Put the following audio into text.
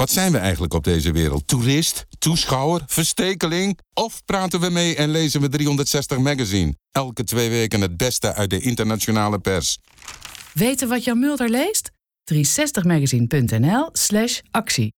Wat zijn we eigenlijk op deze wereld? Toerist? Toeschouwer? Verstekeling? Of praten we mee en lezen we 360 Magazine? Elke 2 weken het beste uit de internationale pers. Weten wat Jan Mulder leest? 360magazine.nl/actie